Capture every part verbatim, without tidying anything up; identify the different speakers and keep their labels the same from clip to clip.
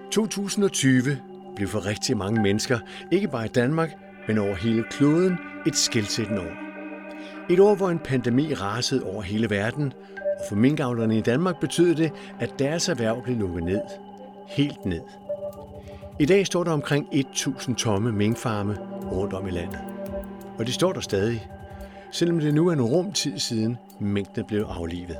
Speaker 1: to tusind og tyve blev for rigtig mange mennesker, ikke bare i Danmark, men over hele kloden, et skelsættende år. Et år, hvor en pandemi rasede over hele verden, og for minkavlerne i Danmark betød det, at deres erhverv blev lukket ned. Helt ned. I dag står der omkring tusind tomme minkfarme rundt om i landet. Og de står der stadig, selvom det nu er en rum tid siden minkene blev aflivet.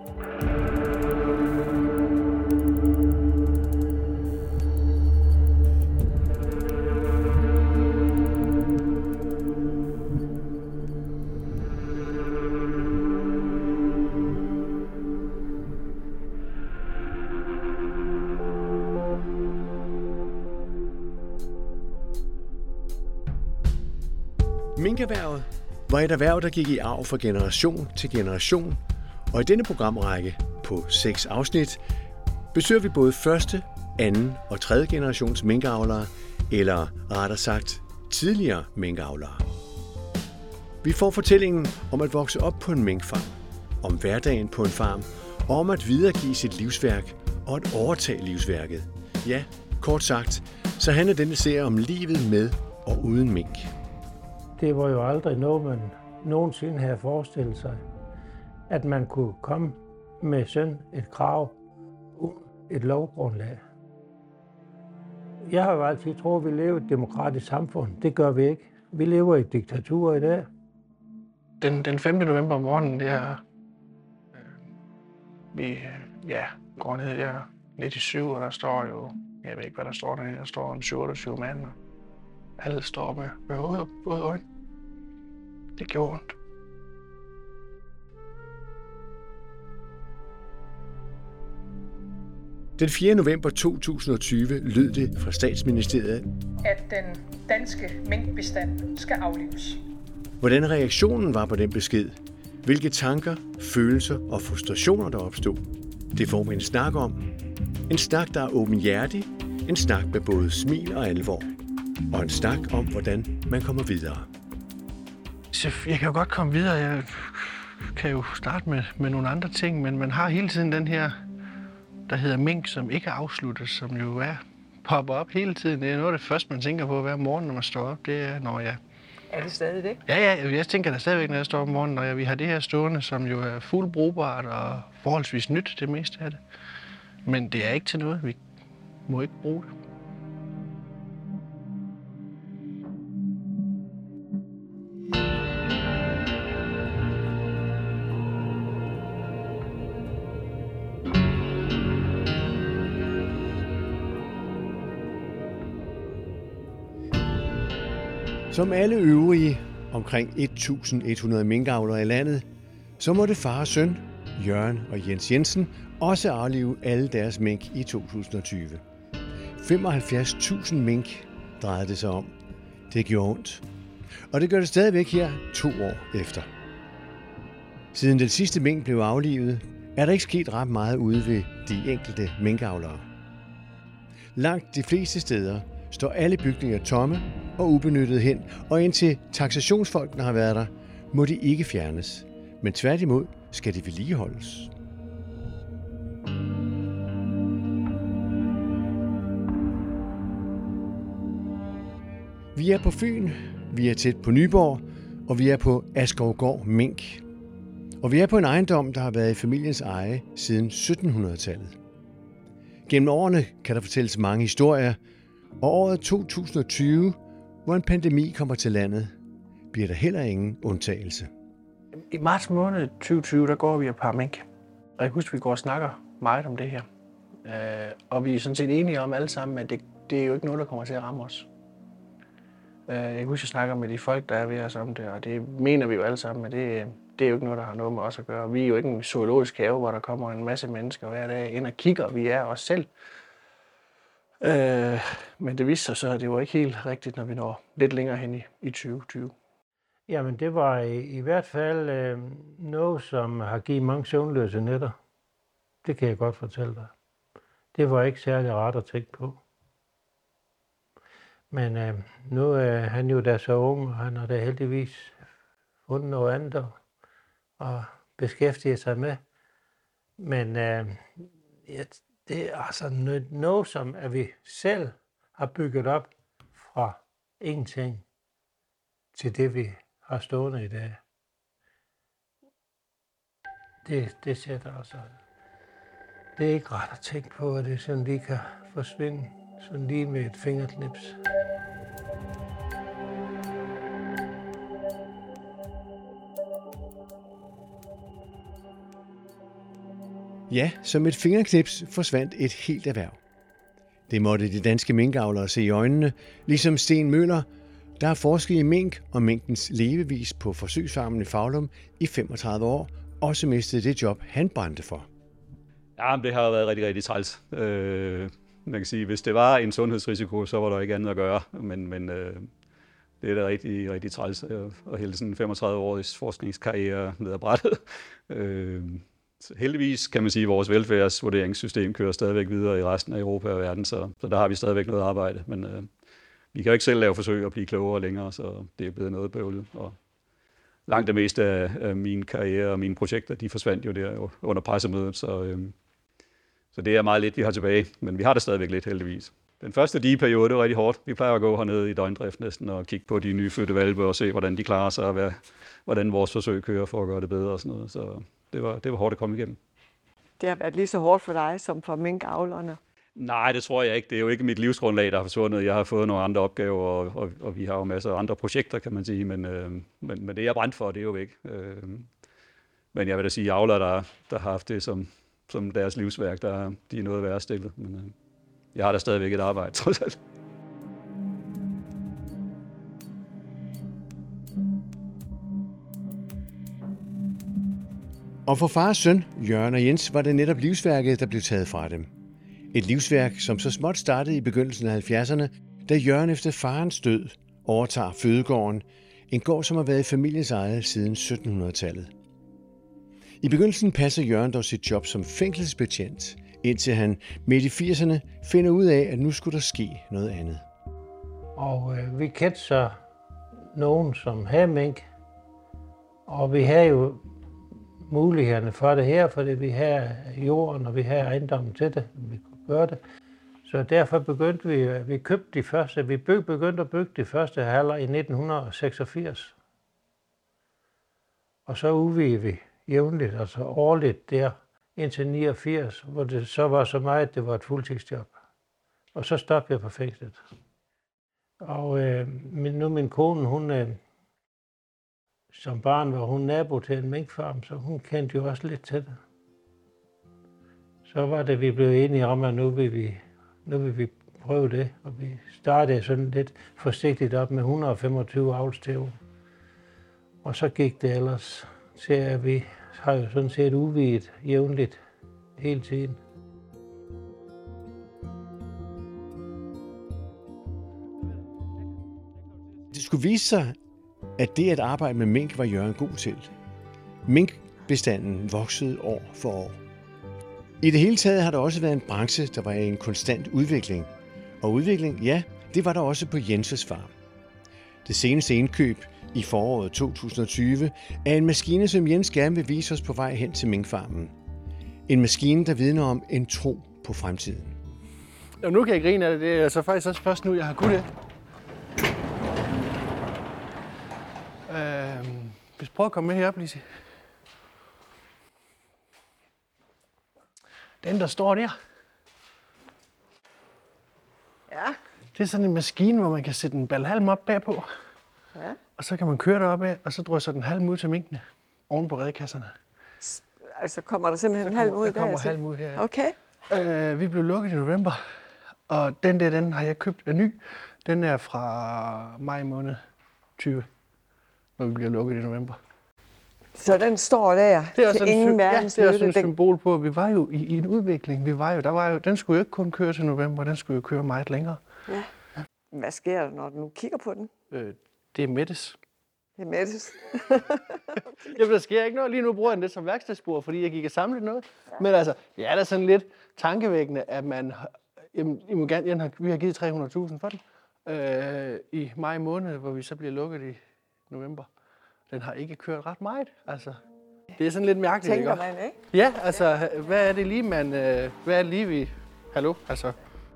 Speaker 1: Minkerhvervet var et erhverv, der gik i arv fra generation til generation, og i denne programrække på seks afsnit besøger vi både første, anden og tredje generations minkavlere, eller rettere sagt tidligere minkavlere. Vi får fortællingen om at vokse op på en minkfarm, om hverdagen på en farm, og om at videregive sit livsværk og at overtage livsværket. Ja, kort sagt, så handler denne serie om livet med og uden mink.
Speaker 2: Det var jo aldrig noget, man nogensinde havde forestillet sig, at man kunne komme med sådan et krav uden et lovgrundlag. Jeg har jo altid troet, at vi lever i et demokratisk samfund. Det gør vi ikke. Vi lever i et diktatur i dag.
Speaker 3: Den, den femte november om morgenen, det er, øh, vi ja, går ned der lidt i syv, og der står jo, jeg ved ikke, hvad der står der, der står en syvogtyve mand, og alle står med, med både øjne. Det gjorde ondt.
Speaker 1: Den fjerde november to tusind og tyve lød det fra Statsministeriet,
Speaker 4: at den danske minkbestand skal aflives.
Speaker 1: Hvordan reaktionen var på den besked, hvilke tanker, følelser og frustrationer der opstod, det får vi en snak om. En snak, der er åbenhjertig, en snak med både smil og alvor, og en snak om, hvordan man kommer videre.
Speaker 3: Jeg kan jo godt komme videre. Jeg kan jo starte med, med nogle andre ting, men man har hele tiden den her, der hedder mink, som ikke er afsluttet, som jo er popper op hele tiden. Det er noget af det første, man tænker på hver morgen, når man står op. Det er, når jeg...
Speaker 4: Er det stadig det?
Speaker 3: Ja, ja, jeg tænker da stadigvæk, når jeg står op om morgenen, når jeg, vi har det her stående, som jo er fuldt brugbart og forholdsvis nyt, det meste af det. Men det er ikke til noget. Vi må ikke bruge det.
Speaker 1: Som alle øvrige omkring tusind et hundrede minkavlere i landet, så måtte far og søn, Jørgen og Jens Jensen, også aflive alle deres mink i to tusind og tyve. femoghalvfjerds tusind mink drejede det sig om. Det gjorde ondt. Og det gør det stadigvæk her to år efter. Siden den sidste mink blev aflivet, er der ikke sket ret meget ude ved de enkelte minkavlere. Langt de fleste steder står alle bygninger tomme og ubenyttet hen, og indtil taksationsfolkene har været der, må de ikke fjernes. Men tværtimod skal de vedligeholdes. Vi er på Fyn, vi er tæt på Nyborg, og vi er på Askovgård Mink. Og vi er på en ejendom, der har været i familiens eje siden sytten hundrede-tallet. Gennem årene kan der fortælles mange historier, og året to tusind og tyve, hvor en pandemi kommer til landet, bliver der heller ingen undtagelse.
Speaker 3: I marts måned tyve tyve, der går vi et par mink. Og jeg husker, at vi går og snakker meget om det her. Øh, og vi er sådan set enige om alle sammen, at det, det er jo ikke noget, der kommer til at ramme os. Øh, jeg husker, at jeg snakker med de folk, der er ved os om det, og det mener vi jo alle sammen, at det, det er jo ikke noget, der har noget med os at gøre. Vi er jo ikke en zoologisk have, hvor der kommer en masse mennesker hver dag ind og kigger, vi er os selv. Øh, men det viste sig så, at det var ikke helt rigtigt, når vi når lidt længere hen i, i tyve tyve.
Speaker 2: Jamen, det var i, i hvert fald øh, noget, som har givet mange søvnløse nætter. Det kan jeg godt fortælle dig. Det var ikke særlig rart at tænke på. Men øh, nu er han jo da så ung, og han har da heldigvis fundet noget andet at, at beskæftige sig med. Men øh, det Det er altså noget, noget, som at vi selv har bygget op fra ingenting til det, vi har stående i dag. Det, det sætter altså... Det er ikke ret at tænke på, at det sådan lige kan forsvinde sådan lige med et fingerknips.
Speaker 1: Ja, som et fingerknips forsvandt et helt erhverv. Det måtte de danske minkavlere se i øjnene, ligesom Sten Møller, der har forsket i mink og minkens levevis på forsøgsfarmen i Foulum i femogtredive år, også mistede det job, han brændte for.
Speaker 5: Ja, det har været rigtig, rigtig træls. Øh, man kan sige, hvis det var en sundhedsrisiko, så var der ikke andet at gøre, men, men øh, det er da rigtig, rigtig træls at hælde sådan en femogtredive-årig forskningskarriere ned ad brættet. Øh, heldigvis kan man sige, at vores velfærdsvurderingssystem kører stadigvæk videre i resten af Europa og verden, så, så der har vi stadigvæk noget arbejde, men øh, vi kan jo ikke selv lave forsøg at blive klogere længere, så det er blevet noget bøvlet. Og langt det meste af, af min karriere og mine projekter, de forsvandt jo der under pressemødet, så, øhm, så det er meget lidt, vi har tilbage, men vi har det stadigvæk lidt heldigvis. Den første digeperiode, det var rigtig hårdt. Vi plejer at gå hernede i døgndrift næsten og kigge på de nyfødte hvalpe og se, hvordan de klarer sig og hvad, hvordan vores forsøg kører for at gøre det bedre og sådan noget. Så det var, det var hårdt at komme igennem.
Speaker 6: Det har været lige så hårdt for dig som for minkavlerne.
Speaker 5: Nej, det tror jeg ikke. Det er jo ikke mit livsgrundlag, der har forsvundet. Jeg har fået nogle andre opgaver, og, og, og vi har jo masser af andre projekter, kan man sige. Men, øh, men, men det, jeg brændte for, det er jo væk. Øh, men jeg vil da sige, at avlere, der, der har haft det som, som deres livsværk, der, de er noget værre stillet. Men øh, jeg har da stadigvæk et arbejde, trods alt.
Speaker 1: Og for fars søn, Jørgen og Jens, var det netop livsværket, der blev taget fra dem. Et livsværk, som så småt startede i begyndelsen af halvfjerdserne, da Jørgen efter farens død overtager fødegården, en gård, som har været i familiens eje siden syttenhundredetallet. I begyndelsen passer Jørgen dog sit job som fængselsbetjent, indtil han midt i firserne finder ud af, at nu skulle der ske noget andet.
Speaker 2: Og øh, vi kendte så nogen, som havde mink, og vi havde jo mulighederne for det her, fordi vi havde jorden, og vi havde ejendommen til det, vi kunne gøre det. Så derfor begyndte vi, vi købte de første, vi begyndte at bygge de første haller i nitten seksogfirs. Og så udvidede vi jævnligt, altså årligt der, indtil niogfirs, hvor det så var så meget, at det var et fuldtidsjob. Og så stoppede jeg på fængslet. Og øh, nu min kone, hun... Øh, Som barn var hun nabo til en minkfarm, så hun kendte jo også lidt til det. Så var det, vi blev enige om, at nu vil vi, nu vil vi prøve det. Og vi startede sådan lidt forsigtigt op med et hundrede og femogtyve avlstæver. Og så gik det ellers til, at vi har jo sådan set udvidet jævnligt hele tiden.
Speaker 1: Det skulle vise sig, at det at arbejde med mink var Jørgen god til. Minkbestanden voksede år for år. I det hele taget har der også været en branche, der var i en konstant udvikling. Og udvikling, ja, det var der også på Jenses farm. Det seneste indkøb i foråret to tusind og tyve er en maskine, som Jens gerne vil vise os på vej hen til minkfarmen. En maskine, der vidner om en tro på fremtiden.
Speaker 3: Jo, nu kan jeg grine af det. Det er altså faktisk også først nu, jeg har kunnet det. Øhm, hvis prøv at komme med herop, Lise. Den, der står der.
Speaker 6: Ja.
Speaker 3: Det er sådan en maskine, hvor man kan sætte en bal halm op bagpå.
Speaker 6: Ja.
Speaker 3: Og så kan man køre derop af, og så drysser den halm ud til minkene. Oven på redekasserne.
Speaker 6: Altså kommer der simpelthen en halm ud der?
Speaker 3: Der kommer
Speaker 6: altså?
Speaker 3: halm ud her. Ja.
Speaker 6: Okay.
Speaker 3: Øh, vi blev lukket i november. Og den der, den har jeg købt af ny. Den er fra maj måned tyve. Når vi bliver lukket i november.
Speaker 6: Så den står der
Speaker 3: Det er
Speaker 6: til
Speaker 3: sådan
Speaker 6: ingen
Speaker 3: ja,
Speaker 6: verdens
Speaker 3: det er
Speaker 6: nytte.
Speaker 3: sådan et
Speaker 6: Den-
Speaker 3: symbol på, at vi var jo i, i en udvikling. Vi var jo, der var jo, den skulle jo ikke kun køre til november, den skulle jo køre meget længere.
Speaker 6: Ja. Hvad sker der, når du nu kigger på den?
Speaker 3: Øh, det er Mettes.
Speaker 6: Det er Mettes.
Speaker 3: Jamen, der sker ikke noget. Lige nu bruger jeg den lidt som værkstedsspor, fordi jeg gik og samlede noget. Ja. Men altså, det er da sådan lidt tankevækkende, at man... Jamen, I må gerne, jeg har, vi har givet tre hundrede tusind for den øh, i maj måned, hvor vi så bliver lukket i november. Den har ikke kørt ret meget, altså. Det er sådan lidt mærkeligt,
Speaker 6: Tænker
Speaker 3: ikke?
Speaker 6: man, ikke?
Speaker 3: Ja, altså, hvad er det lige, man... Øh, hvad er det lige, vi hallo, altså.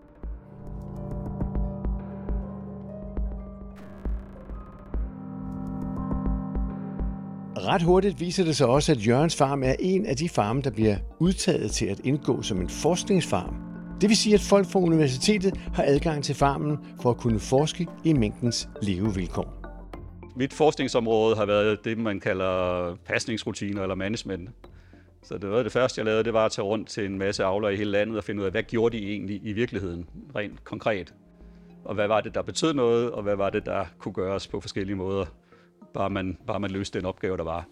Speaker 1: Ret hurtigt viser det sig også, at Jørgens Farm er en af de farme, der bliver udtaget til at indgå som en forskningsfarm. Det vil sige, at folk fra universitetet har adgang til farmen for at kunne forske i minkens levevilkår.
Speaker 5: Mit forskningsområde har været det, man kalder pasningsrutiner eller management. Så det var det første, jeg lavede, det var at tage rundt til en masse avlere i hele landet og finde ud af, hvad gjorde de egentlig i virkeligheden, rent konkret. Og hvad var det, der betød noget, og hvad var det, der kunne gøres på forskellige måder, bare man, bare man løste den opgave, der var.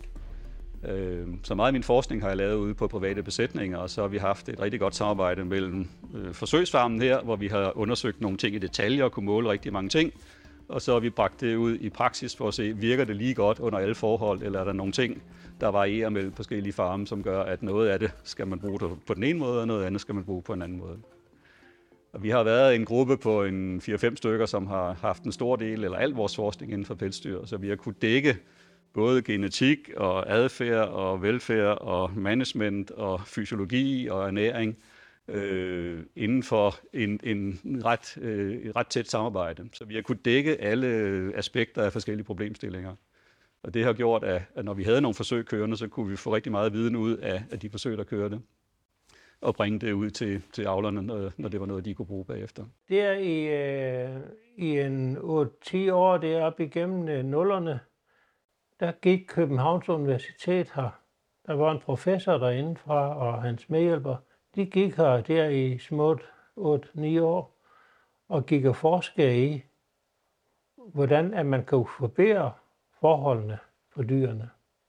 Speaker 5: Så meget af min forskning har jeg lavet ude på private besætninger, og så har vi haft et rigtig godt samarbejde mellem forsøgsfarmen her, hvor vi har undersøgt nogle ting i detaljer og kunne måle rigtig mange ting. Og så har vi bragt det ud i praksis for at se, virker det lige godt under alle forhold, eller er der nogle ting, der varierer mellem forskellige farme, som gør, at noget af det skal man bruge på den ene måde, og noget andet skal man bruge på en anden måde. Og vi har været en gruppe på en fire fem stykker, som har haft en stor del, eller al vores forskning inden for pelsdyr, så vi har kunnet dække både genetik og adfærd og velfærd og management og fysiologi og ernæring øh, inden for en, en ret, øh, et ret tæt samarbejde. Så vi har kunnet dække alle aspekter af forskellige problemstillinger. Og det har gjort, at, at når vi havde nogle forsøg kørende, så kunne vi få rigtig meget viden ud af, af de forsøg, der kørte, og bringe det ud til, til avlerne, når, når det var noget, de kunne bruge bagefter.
Speaker 2: Der i, øh, i en otte ti år deroppe igennem øh, nullerne, der gik Københavns Universitet her. Der var en professor derindefra og hans medhjælper. De gik her der i småt otte ni år og gik og forskede i, hvordan at man kan forbedre forholdene for dyrene.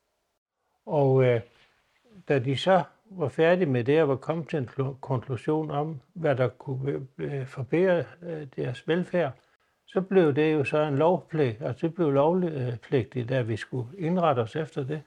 Speaker 2: Og øh, da de så var færdige med det og var kommet til en konklusion om, hvad der kunne øh, forbedre øh, deres velfærd, så blev det jo så en lovpligt, altså det blev lovpligtigt, at vi skulle indrette os efter det.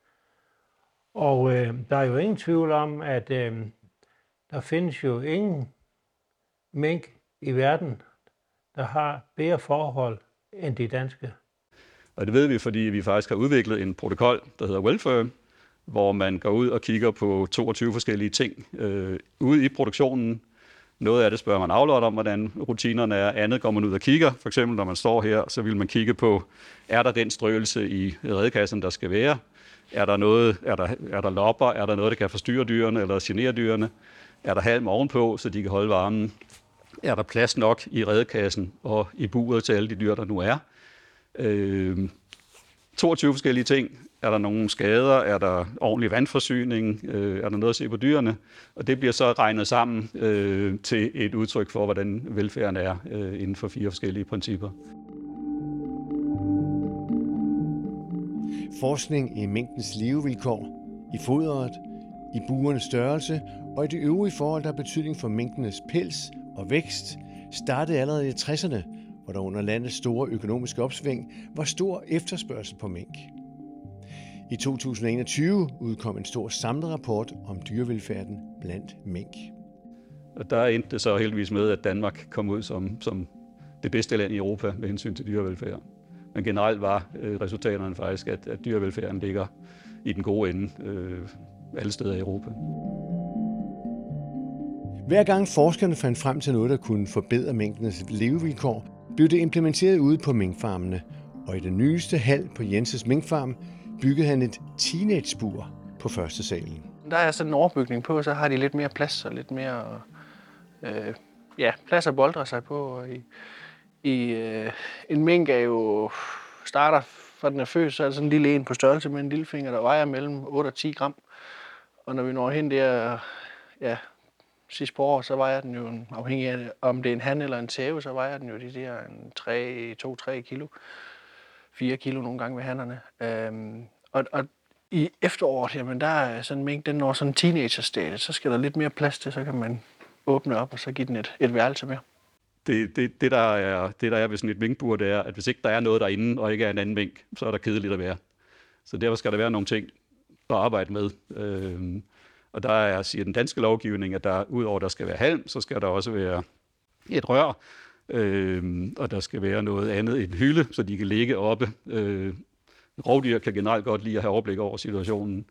Speaker 2: Og øh, der er jo ingen tvivl om, at øh, der findes jo ingen mink i verden, der har bedre forhold end de danske.
Speaker 5: Og det ved vi, fordi vi faktisk har udviklet en protokol, der hedder Welfare, hvor man går ud og kigger på toogtyve forskellige ting øh, ude i produktionen. Noget af det spørger man avleren om, hvordan rutinerne er. Andet går man ud og kigger. For eksempel, når man står her, så vil man kigge på, er der den strøelse i redekassen, der skal være? Er der noget, er der, er der lopper? Er der noget, der kan forstyrre dyrene eller genere dyrene? Er der halm ovenpå, så de kan holde varmen? Er der plads nok i redekassen og i buret til alle de dyr, der nu er? Øh, toogtyve forskellige ting. Er der nogle skader? Er der ordentlig vandforsyning? Øh, er der noget at se på dyrene? Og det bliver så regnet sammen øh, til et udtryk for, hvordan velfærden er øh, inden for fire forskellige principper.
Speaker 1: Forskning i minkens levevilkår, i fodret, i buernes størrelse og i de øvrige forhold, der har betydning for minkenes pels og vækst, startede allerede i tresserne, hvor der under landets store økonomiske opsving var stor efterspørgsel på mink. I to tusind og enogtyve udkom en stor samlet rapport om dyrevelfærden blandt mink.
Speaker 5: Og der endte det så heldigvis med, at Danmark kom ud som, som det bedste land i Europa med hensyn til dyrevelfærd. Men generelt var øh, resultaterne faktisk, at, at dyrevelfærden ligger i den gode ende øh, alle steder i Europa.
Speaker 1: Hver gang forskerne fandt frem til noget, der kunne forbedre minkenes levevilkår, blev det implementeret ude på minkfarmene. Og i den nyeste hal på Jenses minkfarm byggede han et teenage-bur på første salen.
Speaker 3: Der er sådan en overbygning på, så har de lidt mere plads og lidt mere øh, ja, plads at boldre sig på. Og i, i, øh, en mink er jo starter fra den er født, så er det sådan en lille en på størrelse med en lillefinger, der vejer mellem otte og ti gram. Og når vi når hen der, ja, sidst på år, så vejer den jo, afhængig af om det er en han eller en tæve, så vejer den jo de der to til tre kilo. fire kilo nogle gange ved hannerne. Øhm, og, og i efteråret, jamen der er sådan en mink, den når sådan en teenager-stadie, så skal der lidt mere plads til, så kan man åbne op og så give den et, et værelse mere.
Speaker 5: Det, det, det, der er, det, der er ved sådan et minkbur, det er, at hvis ikke der er noget derinde, og ikke er en anden mink, så er der kedeligt at være. Så derfor skal der være nogle ting at arbejde med. Øhm, og der er, siger den danske lovgivning, at der udover der skal være halm, så skal der også være et rør, øhm, og der skal være noget andet, en hylde, så de kan ligge oppe. Øh, rovdyr kan generelt godt lide at have overblik over situationen.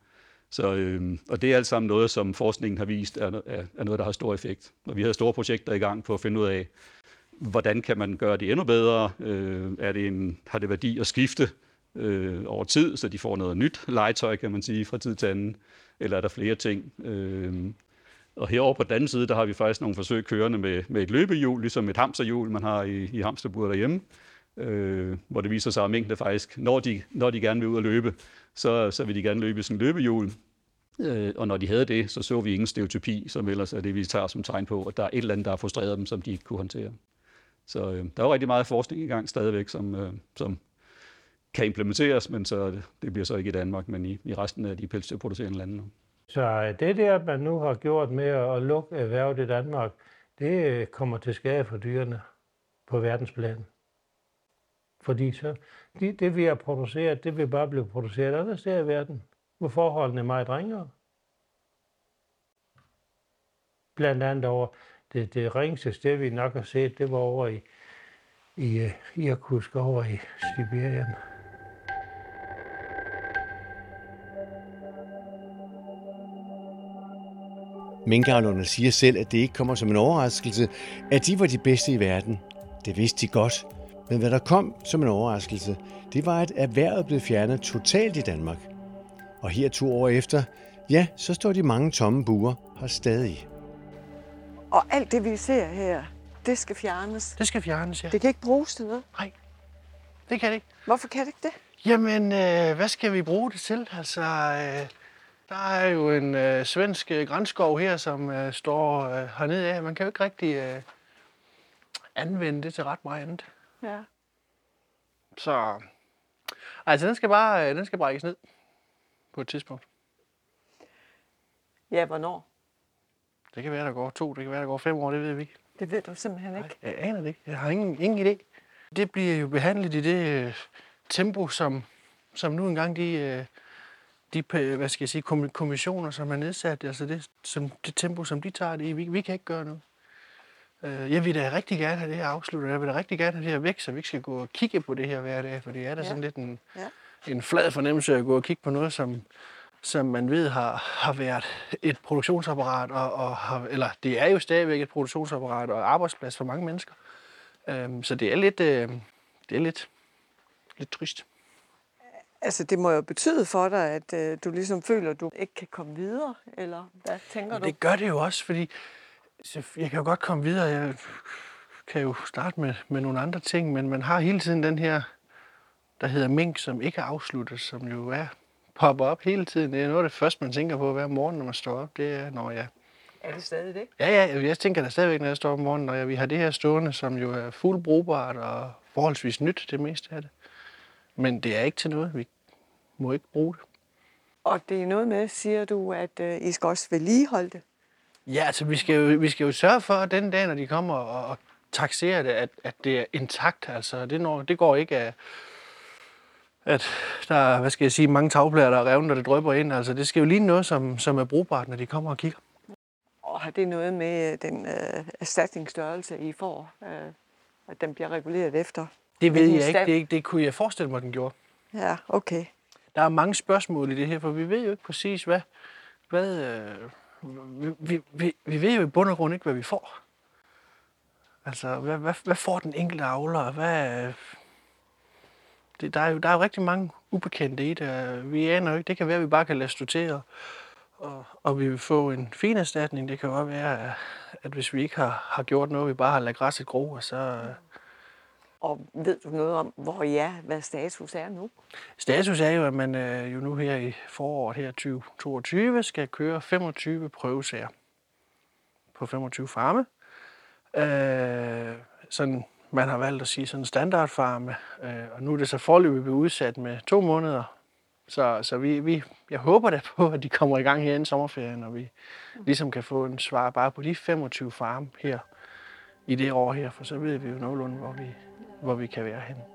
Speaker 5: Så, øh, og det er alt sammen noget, som forskningen har vist, er, er, er noget, der har stor effekt. Og vi har store projekter i gang på at finde ud af, hvordan kan man gøre det endnu bedre? Øh, er det en, har det værdi at skifte øh, over tid, så de får noget nyt legetøj, kan man sige, fra tid til anden? Eller er der flere ting? Øh, og herovre på den anden side, der har vi faktisk nogle forsøg kørende med, med et løbehjul, ligesom et hamsterhjul, man har i, i hamsterburet derhjemme, øh, hvor det viser sig, at mængden faktisk, når de, når de gerne vil ud og løbe, så, så vil de gerne løbe i sådan et løbehjul. Øh, og når de havde det, så så vi ingen stereotypi, som ellers er det, vi tager som tegn på, at der er et eller andet, der har frustreret dem, som de ikke kunne håndtere. Så øh, der er jo rigtig meget forskning i gang stadigvæk, som, øh, som kan implementeres, men så, det, det bliver så ikke i Danmark, men i, i resten af de pelsdyrproducerende lande.
Speaker 2: Så det der, man nu har gjort med at lukke erhvervet i Danmark, det kommer til skade for dyrene på verdensplan. Fordi så, det, det vi har produceret, det vil bare blive produceret andre steder i verden, hvor forholdene er meget ringere. Blandt andet over det, det ringeste sted, vi nok har set, det var over i, i Irkutsk, over i Sibirien.
Speaker 1: Minkavlerne siger selv, at det ikke kommer som en overraskelse, at de var de bedste i verden. Det vidste de godt. Men hvad der kom som en overraskelse, det var, at erhvervet blev fjernet totalt i Danmark. Og her to år efter, ja, så står de mange tomme buer her stadig.
Speaker 6: Og alt det, vi ser her, det skal fjernes.
Speaker 3: Det skal fjernes, ja.
Speaker 6: Det kan ikke bruges til noget.
Speaker 3: Nej, det kan det ikke.
Speaker 6: Hvorfor kan det ikke det?
Speaker 3: Jamen, øh, hvad skal vi bruge det til? Altså, øh, der er jo en øh, svensk øh, granskov her, som øh, står øh, hernede af. Man kan jo ikke rigtig øh, anvende det til ret meget andet.
Speaker 6: Ja.
Speaker 3: Så, altså, den skal bare, øh, den skal brækkes ned på et tidspunkt.
Speaker 6: Ja, hvornår?
Speaker 3: Det kan være, der går to, det kan være, der går fem år, det ved vi ikke.
Speaker 6: Det ved du simpelthen ikke.
Speaker 3: Jeg aner det ikke. Jeg har ingen, ingen idé. Det bliver jo behandlet i det øh, tempo, som, som nu engang de, øh, de hvad skal jeg sige, kommissioner, som er nedsat, altså det, som, det tempo, som de tager det i. Vi, vi kan ikke gøre noget. Øh, jeg vil da rigtig gerne have det her afsluttet. Jeg vil da rigtig gerne have det her væk, så vi ikke skal gå og kigge på det her hver dag, for det er da ja. sådan lidt en, ja. en flad fornemmelse at gå og kigge på noget, som, som man ved har, har været et produktionsapparat, og, og har, eller det er jo stadigvæk et produktionsapparat og arbejdsplads for mange mennesker. Øhm, så det er lidt, øh, det er lidt, lidt trist.
Speaker 6: Altså, det må jo betyde for dig, at øh, du ligesom føler, at du ikke kan komme videre, eller hvad tænker du?
Speaker 3: Det gør det jo også, fordi jeg kan jo godt komme videre. Jeg kan jo starte med, med nogle andre ting, men man har hele tiden den her, der hedder mink, som ikke er afsluttet, som jo er popper op hele tiden. Det er noget af det første, man tænker på hver morgen, når man står op. Det er, når jeg...
Speaker 6: Er det stadig det?
Speaker 3: Ja, ja, jeg tænker da stadigvæk, når jeg står op om morgenen, når jeg, vi har det her stående, som jo er fuldt brugbart og forholdsvis nyt, det meste af det. Men det er ikke til noget. Vi må ikke bruge det.
Speaker 6: Og det er noget med, siger du, at øh, I skal også vedligeholde det?
Speaker 3: Ja, altså vi skal jo, vi skal jo sørge for, at den dag, når de kommer og, og taxerer det, at, at det er intakt. Altså det, når, det går ikke af, at der er, hvad skal jeg sige, mange tagplader, der er revnet, og det drypper ind. Altså det skal jo ligne noget, som, som er brugbart, når de kommer og kigger.
Speaker 6: Og har det noget med den øh, erstatningsstørrelse, I får, øh, at den bliver reguleret efter?
Speaker 3: Det ved jeg ikke. Det, det kunne jeg forestille mig, den gjorde.
Speaker 6: Ja, okay.
Speaker 3: Der er mange spørgsmål i det her, for vi ved jo ikke præcis, hvad... hvad øh, vi, vi, vi ved jo i bund og grund ikke, hvad vi får. Altså, hvad, hvad, hvad får den enkelte avler? Hvad, det, der, er jo, der er jo rigtig mange ubekendte i det. Vi aner jo ikke. Det kan være, at vi bare kan lade stå til, og, og, og vi vil få en fin erstatning. Det kan også være, at hvis vi ikke har, har gjort noget, vi bare har lagt græsset gro, og så...
Speaker 6: Og ved du noget om, hvor I er, hvad status er nu?
Speaker 3: Status er jo, at man øh, jo nu her i foråret her tyve toogtyve skal køre femogtyve prøvesager på femogtyve farme. Øh, sådan, man har valgt at sige sådan en standardfarme, øh, og nu er det så foreløbig blevet udsat med to måneder. Så, så vi, vi, jeg håber da på, at de kommer i gang her inden sommerferien, og vi ligesom kan få en svar bare på de femogtyve farme her i det år her, for så ved vi jo nogenlunde, hvor vi, hvor vi kan være henne.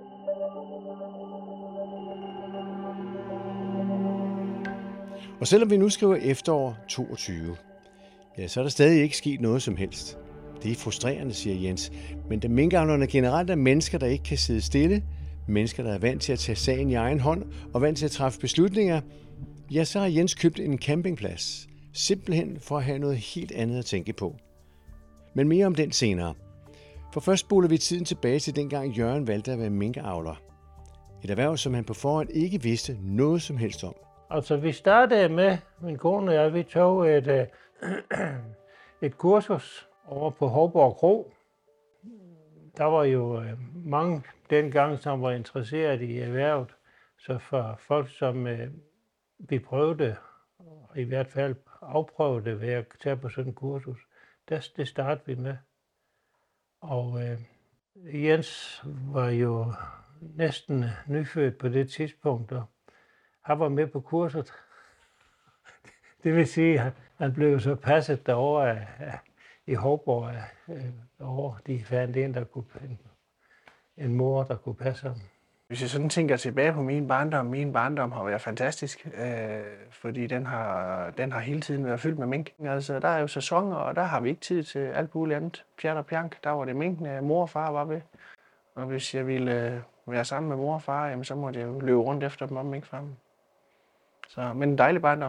Speaker 1: Og selvom vi nu skriver efterår toogtyve, ja, så er der stadig ikke sket noget som helst. Det er frustrerende, siger Jens. Men da minkavlerne generelt er mennesker, der ikke kan sidde stille, mennesker, der er vant til at tage sagen i egen hånd og vant til at træffe beslutninger, ja, så har Jens købt en campingplads. Simpelthen for at have noget helt andet at tænke på. Men mere om den senere. For først spoler vi tiden tilbage til dengang Jørgen valgte at være minkavler. Et erhverv, som han på forhånd ikke vidste noget som helst om.
Speaker 2: Altså, vi startede med, min kone og jeg, vi tog et, øh, et kursus over på Hovborg Kro. Der var jo øh, mange dengang, som var interesseret i erhvervet. Så for folk, som øh, vi prøvede, og i hvert fald afprøvede ved at tage på sådan en kursus, der, det startede vi med. Og øh, Jens var jo næsten nyfødt på det tidspunkt, og han var med på kurset. Det vil sige, at han blev så passet derovre af, af, i Hovborg over. De fandt en, der kunne, en, en mor, der kunne passe ham.
Speaker 3: Hvis jeg sådan tænker tilbage på min barndom, min barndom har været fantastisk, øh, fordi den har, den har hele tiden været fyldt med mink. Altså, der er jo sæsoner, og der har vi ikke tid til alt muligt andet. Pjat og pjank, der var det minkene, mor og far var ved. Og hvis jeg ville være sammen med mor og far, jamen, så måtte jeg jo løbe rundt efter dem om minkfarmen. Så, men en dejlig barndom.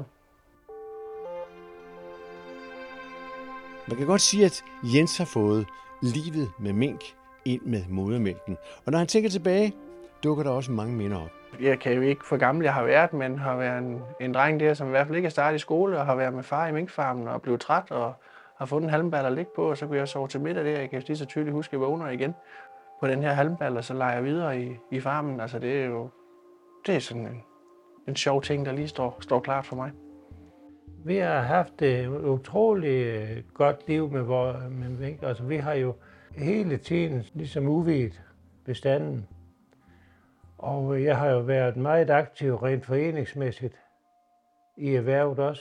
Speaker 1: Man kan godt sige, at Jens har fået livet med mink ind med modermælken. Og når han tænker tilbage, dukker der også mange minder op.
Speaker 3: Jeg kan jo ikke for gammel jeg har været, men har været en, en dreng der, som i hvert fald ikke er startet i skole, og har været med far i minkfarmen og blevet træt og har fået en halmball at ligge på, og så kunne jeg sove til middag der. Jeg kan lige så tydeligt huske, at jeg vågner igen på den her halmball, og så leger jeg videre i, i farmen. Altså det er jo det er sådan en, en sjov ting, der lige står, står klart for mig.
Speaker 2: Vi har haft et utroligt godt liv med, vores, med mink. Altså vi har jo hele tiden ligesom udvidet bestanden. Og jeg har jo været meget aktiv rent foreningsmæssigt i erhvervet også.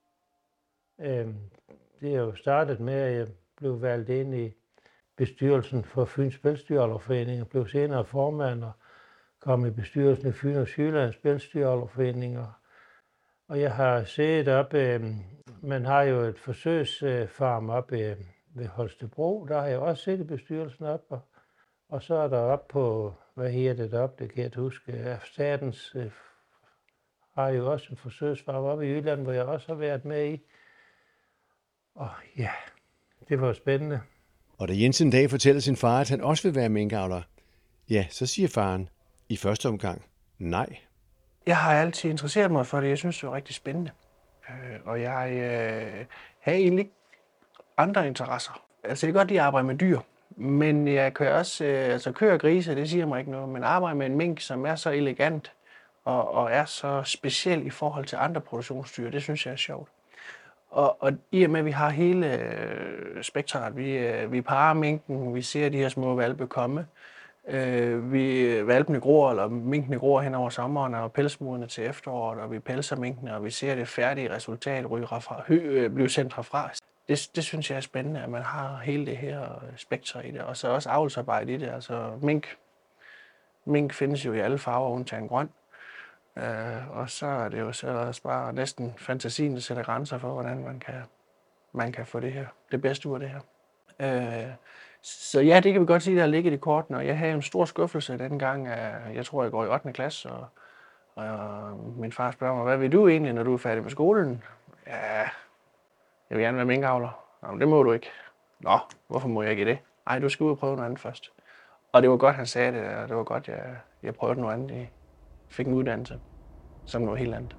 Speaker 2: Det er jo startet med, at jeg blev valgt ind i bestyrelsen for Fyns Pelsdyrholderforening. Jeg blev senere formand og kom i bestyrelsen i Fyn og Sjællands Pelsdyrholderforening. Og jeg har set op, man har jo et forsøgsfarm oppe ved Holstebro. Der har jeg også set i bestyrelsen op. Og, og så er der op på, hvad hedder det deroppe, det kan jeg ikke huske, statens øh, har jo også en forsøgsfarm oppe i Jylland, hvor jeg også har været med i. Og ja, det var spændende.
Speaker 1: Og da Jens en dag fortæller sin far, at han også vil være minkavler, ja, så siger faren i første omgang nej.
Speaker 3: Jeg har altid interesseret mig for det. Jeg synes, det var rigtig spændende. Og jeg øh, havde egentlig andre interesser. Altså, jeg kan godt lide at arbejde med dyr. Men jeg kan også, øh, altså køer og grise, det siger mig ikke noget, men arbejde med en mink, som er så elegant og, og er så speciel i forhold til andre produktionsdyr, det synes jeg er sjovt. Og, og i og med, at vi har hele øh, spektret, vi, øh, vi parer minken, vi ser de her små hvalpe komme, øh, vi hvalpene gror, eller minkene gror hen over sommeren, og pelsmurene til efteråret, og vi pelser minkene, og vi ser det færdige resultat ryge fra, hø, øh, blive sendt herfra. Det, det synes jeg er spændende, at man har hele det her spektrum i det, og så også avlsarbejde i det. Altså mink, mink findes jo i alle farver, undtagen grøn. Uh, og så er det jo så også bare næsten fantasien, der sætter grænser for, hvordan man kan, man kan få det her, det bedste ud af det her. Uh, så ja, det kan vi godt sige, der ligger i kortene, og jeg havde en stor skuffelse dengang, uh, jeg tror, jeg går i ottende klasse, og, og min far spørger mig, hvad vil du egentlig, når du er færdig med skolen? Ja, jeg vil gerne være minkavler. Nå, det må du ikke. Nå, hvorfor må jeg ikke det? Nej, du skal ud og prøve noget andet først. Og det var godt, han sagde det, og det var godt, jeg, jeg prøvede noget andet. Jeg fik en uddannelse, som noget helt andet.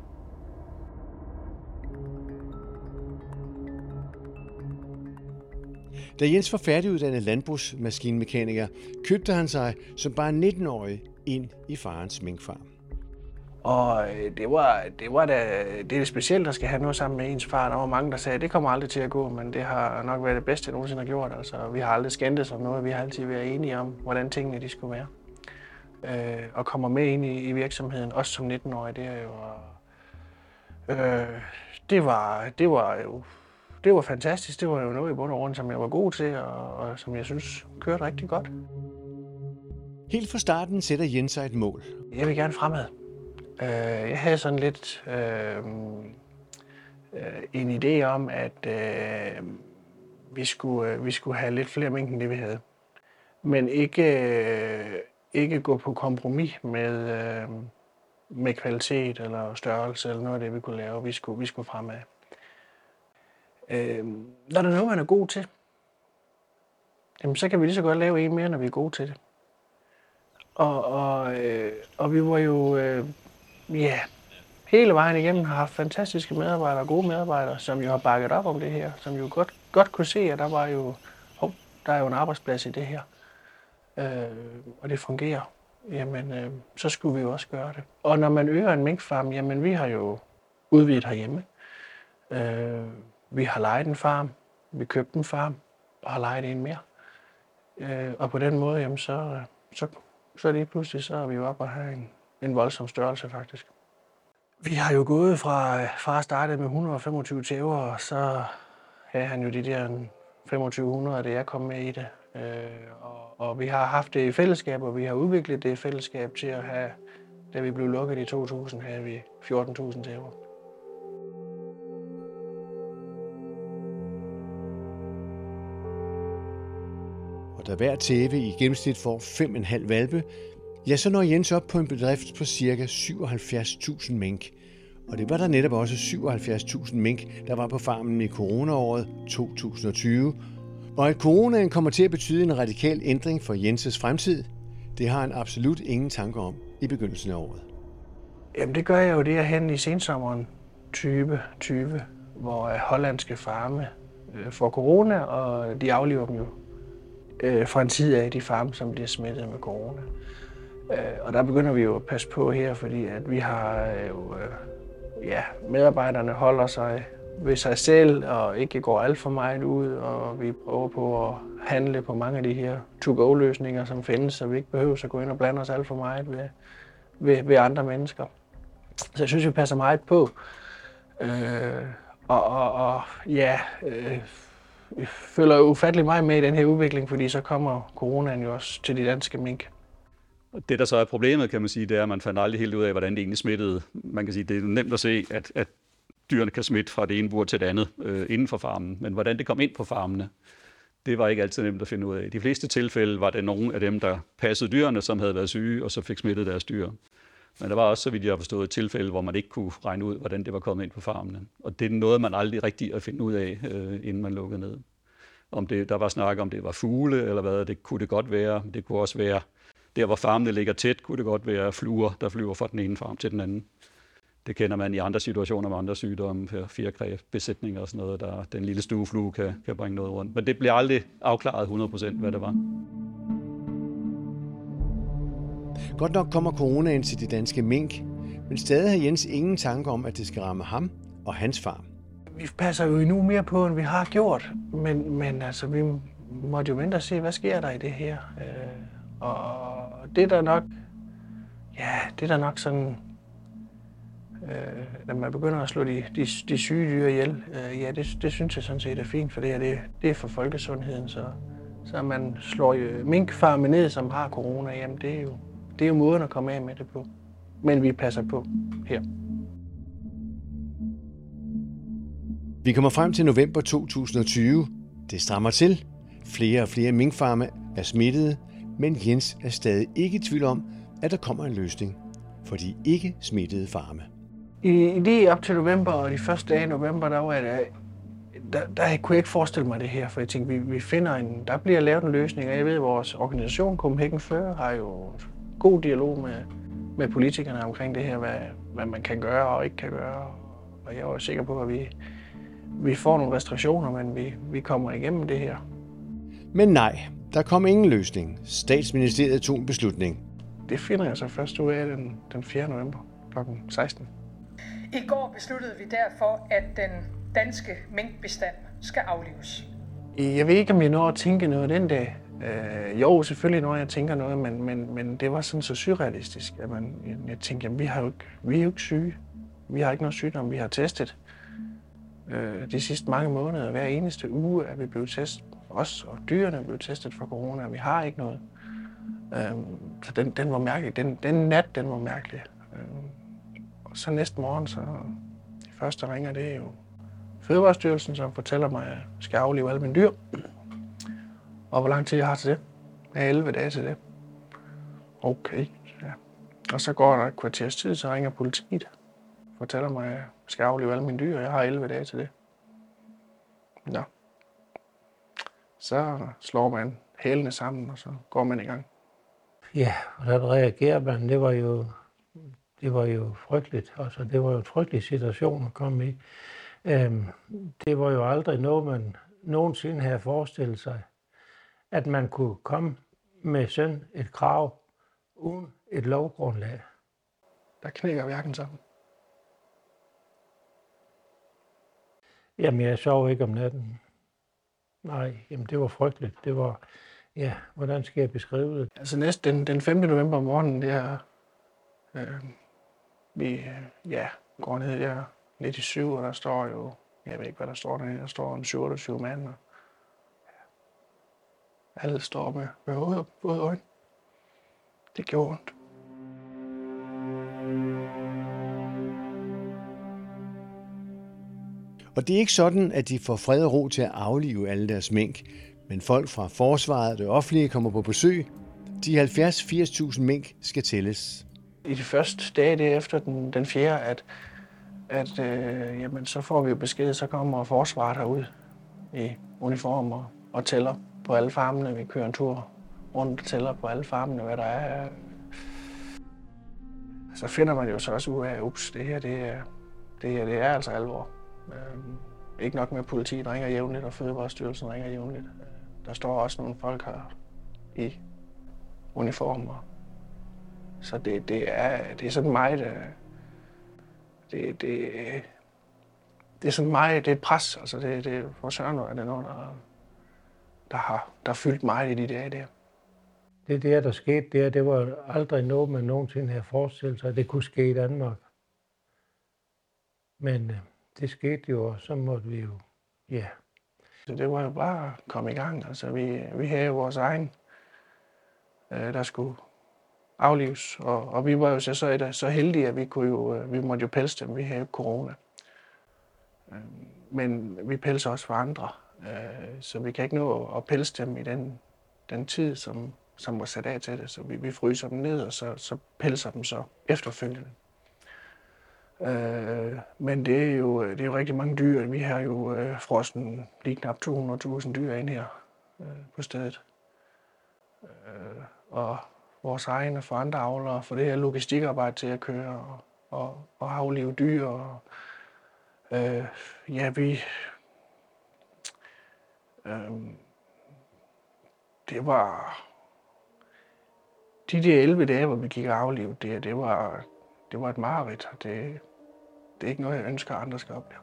Speaker 1: Da Jens var færdiguddannet landbrugsmaskinmekaniker, købte han sig som bare nitten-årig ind i farens minkfarm.
Speaker 3: Og det var, det var da, det er specielt, at skal have noget sammen med ens far. Der var mange, der sagde, at det kommer aldrig til at gå, men det har nok været det bedste, jeg nogensinde har gjort. Altså, vi har aldrig skændtes om noget, vi har altid været enige om, hvordan tingene de skulle være. Øh, og kommer med ind i, i virksomheden, også som nitten-årig, det er jo... Øh, det var, det var jo... Det var fantastisk. Det var jo noget i bund og grund, som jeg var god til, og, og som jeg synes kørte rigtig godt.
Speaker 1: Helt fra starten sætter Jens sig et mål.
Speaker 3: Jeg vil gerne fremad. Jeg havde sådan lidt øh, en idé om, at øh, vi, skulle, vi skulle have lidt flere mink, end det vi havde. Men ikke, øh, ikke gå på kompromis med, øh, med kvalitet eller størrelse eller noget af det, vi kunne lave. Vi skulle, vi skulle fremad. Øh, når der er noget, man er god til, jamen, så kan vi lige så godt lave en mere, når vi er gode til det. Og, og, øh, og vi var jo øh, ja, hele vejen igennem har haft fantastiske medarbejdere, gode medarbejdere, som jo har bakket op om det her, som jo godt, godt kunne se, at der var jo, oh, der er jo en arbejdsplads i det her, øh, og det fungerer. Jamen, øh, så skulle vi jo også gøre det. Og når man øger en minkfarm, jamen vi har jo udvidet herhjemme. Øh, vi har lejet en farm, vi købte en farm og har lejet en mere. Øh, og på den måde, jamen så, så, så lige pludselig, så er vi jo oppe og have en, en voldsom størrelse faktisk. Vi har jo gået fra, fra at starte med et hundrede og femogtyve tæver, og så havde han jo de der femogtyve hundrede, da jeg kom med i det. Øh, og, og vi har haft det i fællesskab, og vi har udviklet det i fællesskab til at have, da vi blev lukket i to tusind, havde vi fjorten tusind tæver.
Speaker 1: Og da hver tæve i gennemsnit får fem komma fem hvalpe, ja, så når Jens op på en bedrift på ca. syvoghalvfjerds tusind mink. Og det var der netop også syvoghalvfjerds tusind mink, der var på farmen i coronaåret to tusind og tyve. Og at coronaen kommer til at betyde en radikal ændring for Jenses fremtid, det har han absolut ingen tanker om i begyndelsen af året.
Speaker 3: Jamen det gør jeg jo det hen i sensommeren tyve tyve, hvor hollandske farme får corona, og de afliver dem jo fra en tid af de farme, som bliver smittet med corona. Og der begynder vi jo at passe på her, fordi at vi har jo, ja, medarbejderne holder sig ved sig selv og ikke går alt for meget ud, og vi prøver på at handle på mange af de her to-go-løsninger, som findes, så vi ikke behøver at gå ind og blande os alt for meget ved, ved, ved andre mennesker. Så jeg synes, vi passer meget på. Øh, og, og, og ja, øh, vi følger ufattelig meget med i den her udvikling, fordi så kommer coronaen jo også til de danske mink.
Speaker 5: Det, der så er problemet, kan man sige, det er, at man fandt aldrig helt ud af, hvordan det egentlig smittede. Man kan sige, det er nemt at se, at, at dyrene kan smitte fra det ene bur til det andet øh, inden for farmen. Men hvordan det kom ind på farmene, det var ikke altid nemt at finde ud af. I de fleste tilfælde var det nogle af dem, der passede dyrene, som havde været syge, og så fik smittet deres dyr. Men der var også, så vidt jeg har forstået, et tilfælde, hvor man ikke kunne regne ud, hvordan det var kommet ind på farmene. Og det er noget, man aldrig rigtig at finde ud af, øh, inden man lukkede ned. Om det, der var snak om, det var fugle eller hvad, det kunne det godt være. Det kunne også være, der hvor farmene ligger tæt, kunne det godt være fluer, der flyver fra den ene farm til den anden. Det kender man i andre situationer med andre sygdomme, fjerkræbesætninger og sådan noget, der den lille stueflue kan, kan bringe noget rundt. Men det bliver aldrig afklaret hundrede procent, hvad det var.
Speaker 1: Godt nok kommer coronaen til de danske mink, men stadig har Jens ingen tanker om, at det skal ramme ham og hans farm.
Speaker 3: Vi passer jo endnu mere på, end vi har gjort, men, men altså, vi måtte jo vente og se, hvad sker der i det her. Øh, og det er der nok, ja, det er der nok sådan, øh, når man begynder at slå de, de, de syge dyr ihjel, øh, ja, det, det synes jeg sådan set er fint, for det her, det, det er for folkesundheden, så, så man slår jo minkfarme ned, som har corona, jamen det er jo, det er jo måden at komme af med det på. Men vi passer på her.
Speaker 1: Vi kommer frem til november to tusind og tyve. Det strammer til. Flere og flere minkfarme er smittede, men Jens er stadig ikke i tvivl om, at der kommer en løsning for de ikke smittede farme.
Speaker 3: I, lige op til november og de første dage i november, der, var det, der, der kunne jeg ikke forestille mig det her, for jeg tænkte, vi, vi finder en, der bliver lavet en løsning, og jeg ved, at vores organisation, Copenhagen Fur, har jo god dialog med, med politikerne omkring det her, hvad, hvad man kan gøre og ikke kan gøre. Og jeg var sikker på, at vi, vi får nogle restriktioner, men vi, vi kommer igennem det her.
Speaker 1: Men nej, der kom ingen løsning. Statsministeriet tog en beslutning.
Speaker 3: Det finder jeg så først ud af den, den fjerde november klokken seksten.
Speaker 4: I går besluttede vi derfor, at den danske minkbestand skal aflives.
Speaker 3: Jeg ved ikke, om jeg når at tænke noget den dag. Øh, jo, selvfølgelig når jeg tænker noget, men, men, men det var sådan så surrealistisk, at man, jeg tænkte, jamen, vi, har jo ikke, vi er jo ikke syge. Vi har ikke noget sygdom, vi har testet. Øh, de sidste mange måneder, hver eneste uge, er vi blevet testet. Os og dyrene er blevet testet for corona, og vi har ikke noget. Øh, så den, den var mærkelig. Den, den nat, den var mærkelig. Øh, og så næste morgen, så de første ringer, det er jo Fødevarestyrelsen, som fortæller mig, at jeg skal aflive alle mine dyr. Og hvor lang tid jeg har til det? Jeg har elleve dage til det. Okay, ja. Og så går der et kvarters tid, så ringer politiet. Fortæller mig, at jeg skal aflive alle mine dyr, og jeg har elleve dage til det. Nå. Så slår man hælene sammen, og så går man i gang.
Speaker 2: Ja, hvordan reagerer man? Det var jo, det var jo frygteligt. Altså, det var jo en frygtelig situation at komme i. Øhm, det var jo aldrig noget, man nogensinde havde forestillet sig, at man kunne komme med sådan et krav uden et lovgrundlag.
Speaker 3: Der knækker hverken sammen.
Speaker 2: Jamen, jeg sov ikke om natten. Nej, jamen det var frygteligt. Det var, ja, hvordan skal jeg beskrive det?
Speaker 3: Altså næste, den, den femte november om morgenen, det er, øh, vi øh, ja, går ned der lidt i syv, og der står jo, jeg ved ikke, hvad der står der, der står en syvogtyve mand, og ja, alle står med, med hovedet både øjne. Det gjorde ondt.
Speaker 1: Og det er ikke sådan, at de får fred og ro til at aflive alle deres mink, men folk fra forsvaret og det offentlige kommer på besøg. De halvfjerds til firs tusind mink skal tælles.
Speaker 3: I de første dage derefter den, den fjerde, at, at øh, jamen, så får vi jo besked, så kommer forsvaret herud i uniformer og tæller på alle farmene. Vi kører en tur rundt og tæller på alle farmene, hvad der er. Så finder man jo så også ud af, ups, det her, det er, det her, det er altså alvor. Øhm, ikke nok med, at politiet ringer jævnligt, og Fødevarestyrelsen ringer jævnligt. Der står også nogle folk her i uniformer. Så det, det, er, det er sådan meget... Det, det, det er sådan meget... Det er et pres. Altså det, det, for søren er det noget, der, der har der fyldt meget i de dage der.
Speaker 2: Det der, der skete der, det var aldrig noget, man nogensinde havde forestillet sig, at det kunne ske i Danmark. Men øh, det skete jo, og så måtte vi jo, ja. Yeah.
Speaker 3: Så det var jo bare at komme i gang. Altså vi, vi havde jo vores egen, øh, der skulle aflives, og, og vi var jo så, så, så heldige, at vi kunne jo, vi måtte jo pelse dem. Vi havde jo corona. Øh, men vi pelser også for andre, øh, så vi kan ikke nå at pelse dem i den, den tid, som, som var sat af til det. Så vi, vi fryser dem ned, og så, så pelser dem så efterfølgende. Øh, men det er, jo, det er jo rigtig mange dyr. Vi har jo øh, frossen lige knap to hundrede tusind dyr ind her øh, på stedet. Øh, og vores egne for andre avlere for det her logistikarbejde til at køre og, og, og aflive dyr. Og, øh, ja, vi... Øh, det var... De der elleve dage, hvor vi gik og aflive det, det var... Det var et mareridt, og det, det er ikke noget, jeg ønsker, at andre skal opleve.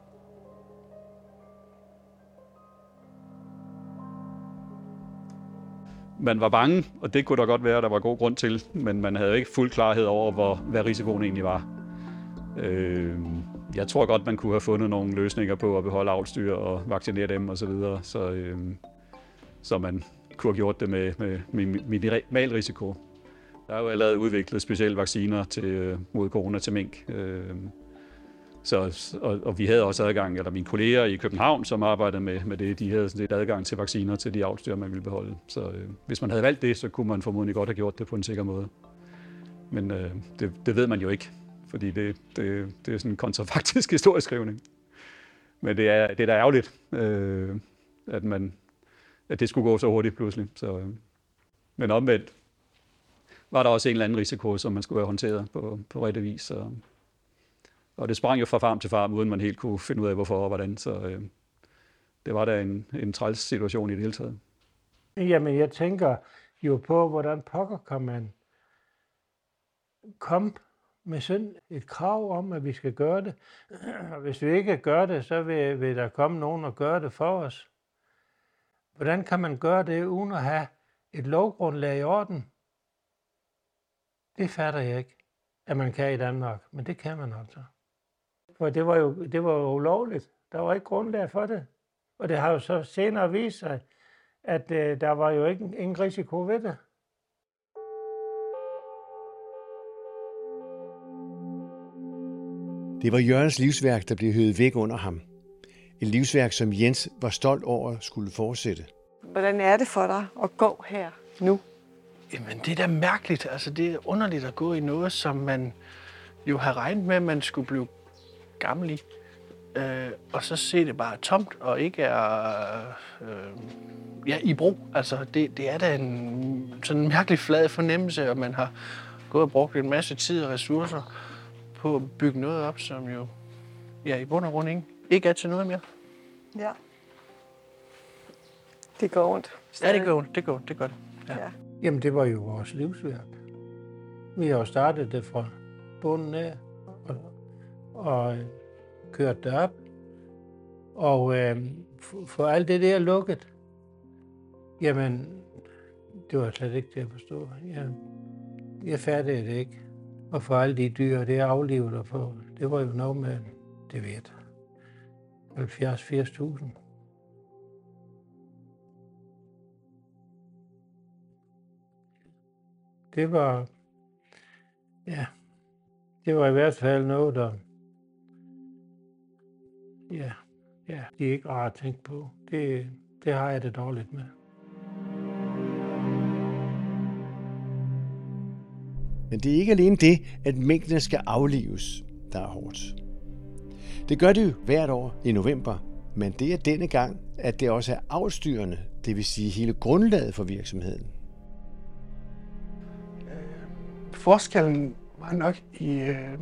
Speaker 5: Man var bange, og det kunne der godt være, der var god grund til, men man havde ikke fuld klarhed over, hvor, hvad risikoen egentlig var. Øh, jeg tror godt, man kunne have fundet nogle løsninger på at beholde avlsdyr og vaccinere dem osv., så, videre, så, øh, så man kunne have gjort det med, med, med minimal risiko. Der er jo allerede udviklet specielle vacciner til, mod corona til mink. Så, og, og vi havde også adgang, eller mine kolleger i København, som arbejdede med, med det, de havde sådan set adgang til vacciner til de avlsdyr, man ville beholde. Så øh, hvis man havde valgt det, så kunne man formodentlig godt have gjort det på en sikker måde. Men øh, det, det ved man jo ikke, fordi det, det, det er sådan en kontrafaktisk historieskrivning. Men det er, det er da ærgerligt, øh, at, man, at det skulle gå så hurtigt pludselig. Så, øh. Men omvendt var der også en eller anden risiko, som man skulle have håndteret på, på rette vis. Så, og det sprang jo fra farm til farm, uden man helt kunne finde ud af, hvorfor og hvordan. Så øh, det var da en, en træls situation i det hele taget.
Speaker 2: Jamen, jeg tænker jo på, hvordan pokker kan man komme med sådan et krav om, at vi skal gøre det. Og hvis vi ikke gør det, så vil, vil der komme nogen og gøre det for os. Hvordan kan man gøre det, uden at have et lovgrundlag i orden? Det fatter jeg ikke, at man kan i Danmark, men det kan man altså. For det var jo, det var jo ulovligt. Der var ikke grundlag for det. Og det har jo så senere vist sig, at øh, der var jo ikke ingen risiko ved det.
Speaker 1: Det var Jørgens livsværk, der blev høvet væk under ham. Et livsværk, som Jens var stolt over skulle fortsætte.
Speaker 6: Hvordan er det for dig at gå her nu
Speaker 3: Jamen, det er da mærkeligt. Altså, det er underligt at gå i noget, som man jo har regnet med, at man skulle blive gammel i. Øh, og så se det bare tomt og ikke er øh, ja, i brug. Altså, det, det er da en sådan en mærkelig flad fornemmelse, at man har gået og brugt en masse tid og ressourcer på at bygge noget op, som jo ja, i bund og grund ikke, ikke er til noget mere.
Speaker 6: Ja. Det går ondt.
Speaker 3: Ja, det går ondt. Det går ondt. Det gør det. Ja.
Speaker 6: Ja.
Speaker 2: Jamen, det var jo vores livsværk. Vi har jo startet det fra bunden af og, og kørt det op. Og øh, for, for alt det der lukket, jamen, det var slet ikke det at forstå. Jeg, jeg fattede det ikke. Og for alle de dyr, det er aflivet, og for, det var jo noget med, det ved jeg, halvfjerds til firs tusind. Det var, ja, det var i hvert fald noget, der, ja, ja, det er ikke rart at tænke på. Det, det har jeg det dårligt med.
Speaker 1: Men det er ikke alene det, at minkene skal aflives, der er hårdt. Det gør det jo hvert år i november, men det er denne gang, at det også er avlsdyrene, det vil sige hele grundlaget for virksomheden.
Speaker 3: Forskellen var nok i øh,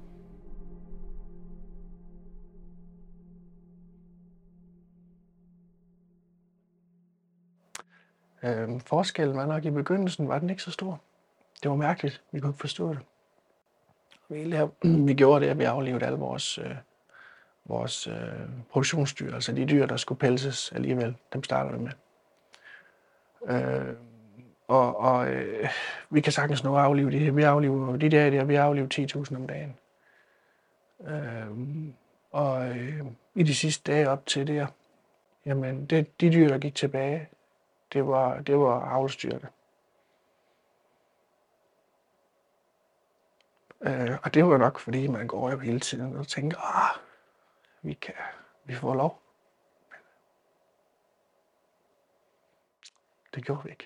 Speaker 3: øh, forskellen var nok i begyndelsen, var den ikke så stor. Det var mærkeligt. Vi kunne ikke forstå det. Vi, vi gjorde det, at vi aflevede alle vores, øh, vores øh, produktionsdyr, altså de dyr, der skulle pelses alligevel. Dem starter vi med. Øh, Og, og øh, vi kan sagtens nå at aflive de, vi afliver de dage der, vi afliver ti tusind om dagen. Øh, og øh, i de sidste dage op til det, jamen det, de dyr, der gik tilbage, det var, det var avlsdyrene. Øh, og det var nok, fordi man går jo hele tiden og tænker, ah, vi kan, vi får lov. Men det gjorde vi ikke.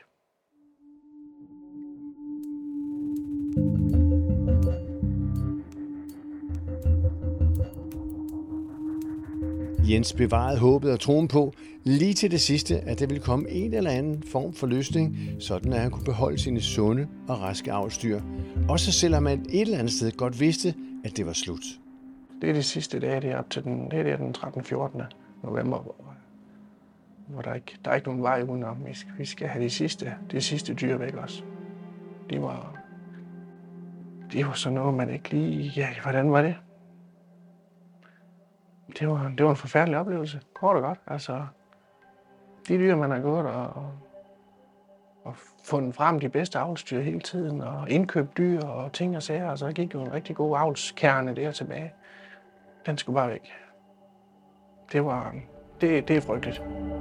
Speaker 1: Jens bevarede håbet og troen på, lige til det sidste, at der ville komme en eller anden form for løsning, sådan at han kunne beholde sine sunde og raske avlsdyr. Også selvom man et eller andet sted godt vidste, at det var slut.
Speaker 3: Det er de sidste dage, det er op til den, det er den trettende fjortende november, hvor, hvor der, ikke, der er ikke nogen vej udenom. Vi skal, vi skal have de sidste, de sidste dyr væk også. De var, de var sådan noget, man ikke lige... Ja, hvordan var det? Det var, det var en forfærdelig oplevelse, kort og godt. Altså, de dyr, man har gået og, og fundet frem de bedste avlsdyr hele tiden, og indkøbt dyr og ting og sager, og så gik jo en rigtig god avlskerne der tilbage. Den skulle bare væk. Det var, det, det er frygteligt.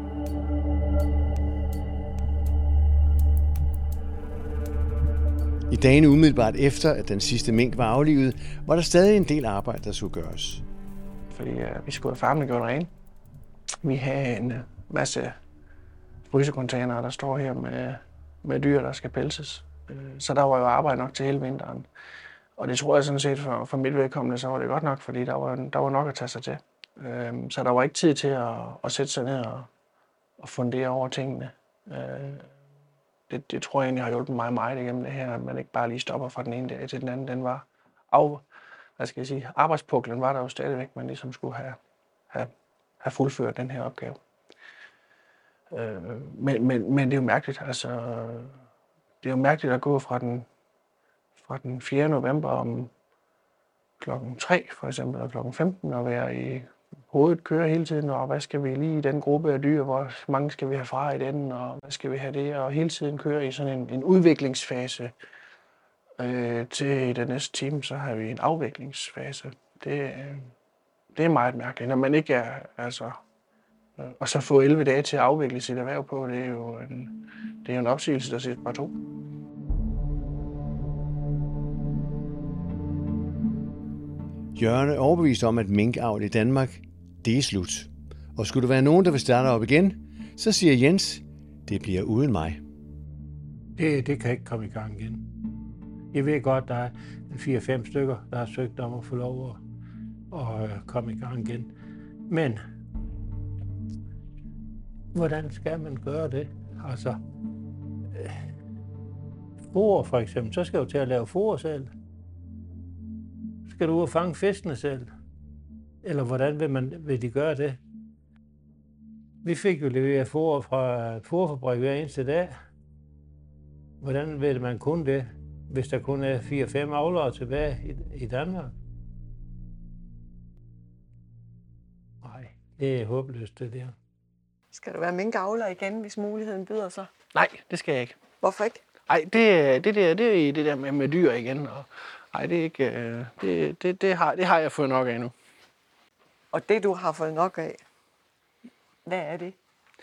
Speaker 1: I dagene umiddelbart efter, at den sidste mink var aflivet, var der stadig en del arbejde, der skulle gøres.
Speaker 3: Fordi uh, vi skulle have farmene gjort rene. Vi havde en uh, masse frysecontainere, der står her med, med dyr, der skal pelses. Uh, så der var jo arbejde nok til hele vinteren. Og det tror jeg sådan set for, for mit vedkommende, så var det godt nok, fordi der var, der var nok at tage sig til. Uh, så der var ikke tid til at, at sætte sig ned og, og fundere over tingene. Uh, det, det tror jeg egentlig har hjulpet mig meget igennem det her, at man ikke bare lige stopper fra den ene dag til den anden. Den var af... Hvad skal jeg sige, arbejdspuklen var der jo stadigvæk, man ligesom skulle have, have, have fuldført den her opgave. Øh, men, men, men det er jo mærkeligt, altså, det er jo mærkeligt at gå fra den, fra den fjerde november om klokken tre for eksempel, og klokken femten, og være i hovedet køre hele tiden, og hvad skal vi lige i den gruppe af dyr, hvor mange skal vi have fra i den, og hvad skal vi have det, og hele tiden køre i sådan en, en udviklingsfase. Øh, til den næste time, så har vi en afviklingsfase. Det, øh, det er meget mærkeligt, når man ikke er, altså, øh, og så få elleve dage til at afvikle sit erhverv på, det er jo en, det er en opsigelse, der siger bare to.
Speaker 1: Jørgen er overbevist om, at minkavl i Danmark, det er slut. Og skulle der være nogen, der vil starte op igen, så siger Jens, det bliver uden mig.
Speaker 2: Det, det kan ikke komme i gang igen. Jeg ved godt, der er fire fem stykker, der har søgt om at få lov at, at komme i gang igen. Men hvordan skal man gøre det? Altså, øh, for for eksempel, så skal du til at lave for selv. Skal du ud og fange fiskene selv? Eller hvordan vil, man, vil de gøre det? Vi fik jo leveret for fra forfabrik hver eneste dag. Hvordan vil man kunne det, hvis der kun er fire fem avlere tilbage i, i Danmark? Nej, det er håbløst det der.
Speaker 6: Skal du være minkavler igen, hvis muligheden byder sig?
Speaker 3: Nej, det skal jeg ikke.
Speaker 6: Hvorfor ikke?
Speaker 3: Nej, det, det, der, det er det der med, med dyr igen. Og, nej, det, er ikke, det, det, det, har, det har jeg fået nok af nu.
Speaker 6: Og det, du har fået nok af, hvad er det?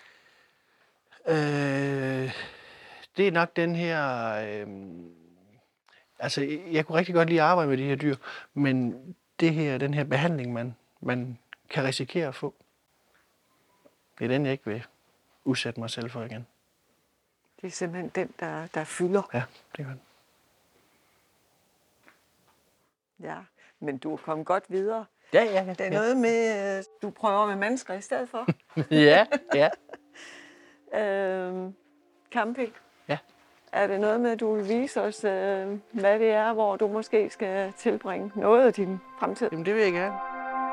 Speaker 3: Øh, det er nok den her... Øh, altså, jeg kunne rigtig godt lide at arbejde med de her dyr, men det her, den her behandling, man, man kan risikere at få, det er den, jeg ikke vil udsætte mig selv for igen.
Speaker 6: Det er simpelthen den, der, der fylder.
Speaker 3: Ja, det gør den.
Speaker 6: Ja, men du er kommet godt videre.
Speaker 3: Ja, ja, ja.
Speaker 6: Det er noget med, øh, du prøver med mennesker i stedet for.
Speaker 3: ja, ja.
Speaker 6: øhm, camping.
Speaker 3: Ja.
Speaker 6: Er det noget med, at du vil vise os, øh, hvad det er, hvor du måske skal tilbringe noget af din fremtid?
Speaker 3: Jamen, det vil jeg gerne.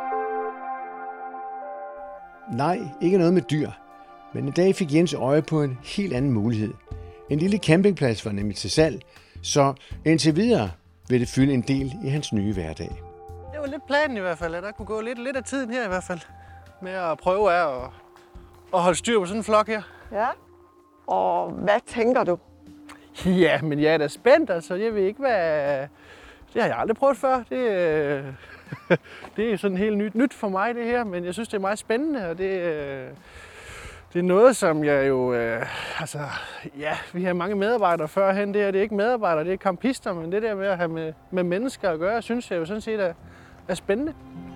Speaker 1: Nej, ikke noget med dyr. Men i dag fik Jens øje på en helt anden mulighed. En lille campingplads var nemlig til salg, så indtil videre vil det fylde en del i hans nye hverdag.
Speaker 3: Det var lidt planen i hvert fald, at der kunne gå lidt, lidt af tiden her i hvert fald. Med at prøve af at, at holde styr på sådan en flok her.
Speaker 6: Ja. Og hvad tænker du?
Speaker 3: Ja, men jeg er da spændt, altså. Jeg ved ikke, hvad... Det har jeg aldrig prøvet før. Det, øh... det er sådan helt nyt, nyt for mig, det her. Men jeg synes, det er meget spændende, og det... Øh... Det er noget, som jeg jo... Øh... Altså, ja, vi har mange medarbejdere førhen. Det her, det er ikke medarbejdere, det er campister, men det der med at have med, med mennesker at gøre, synes jeg jo sådan set er, er spændende.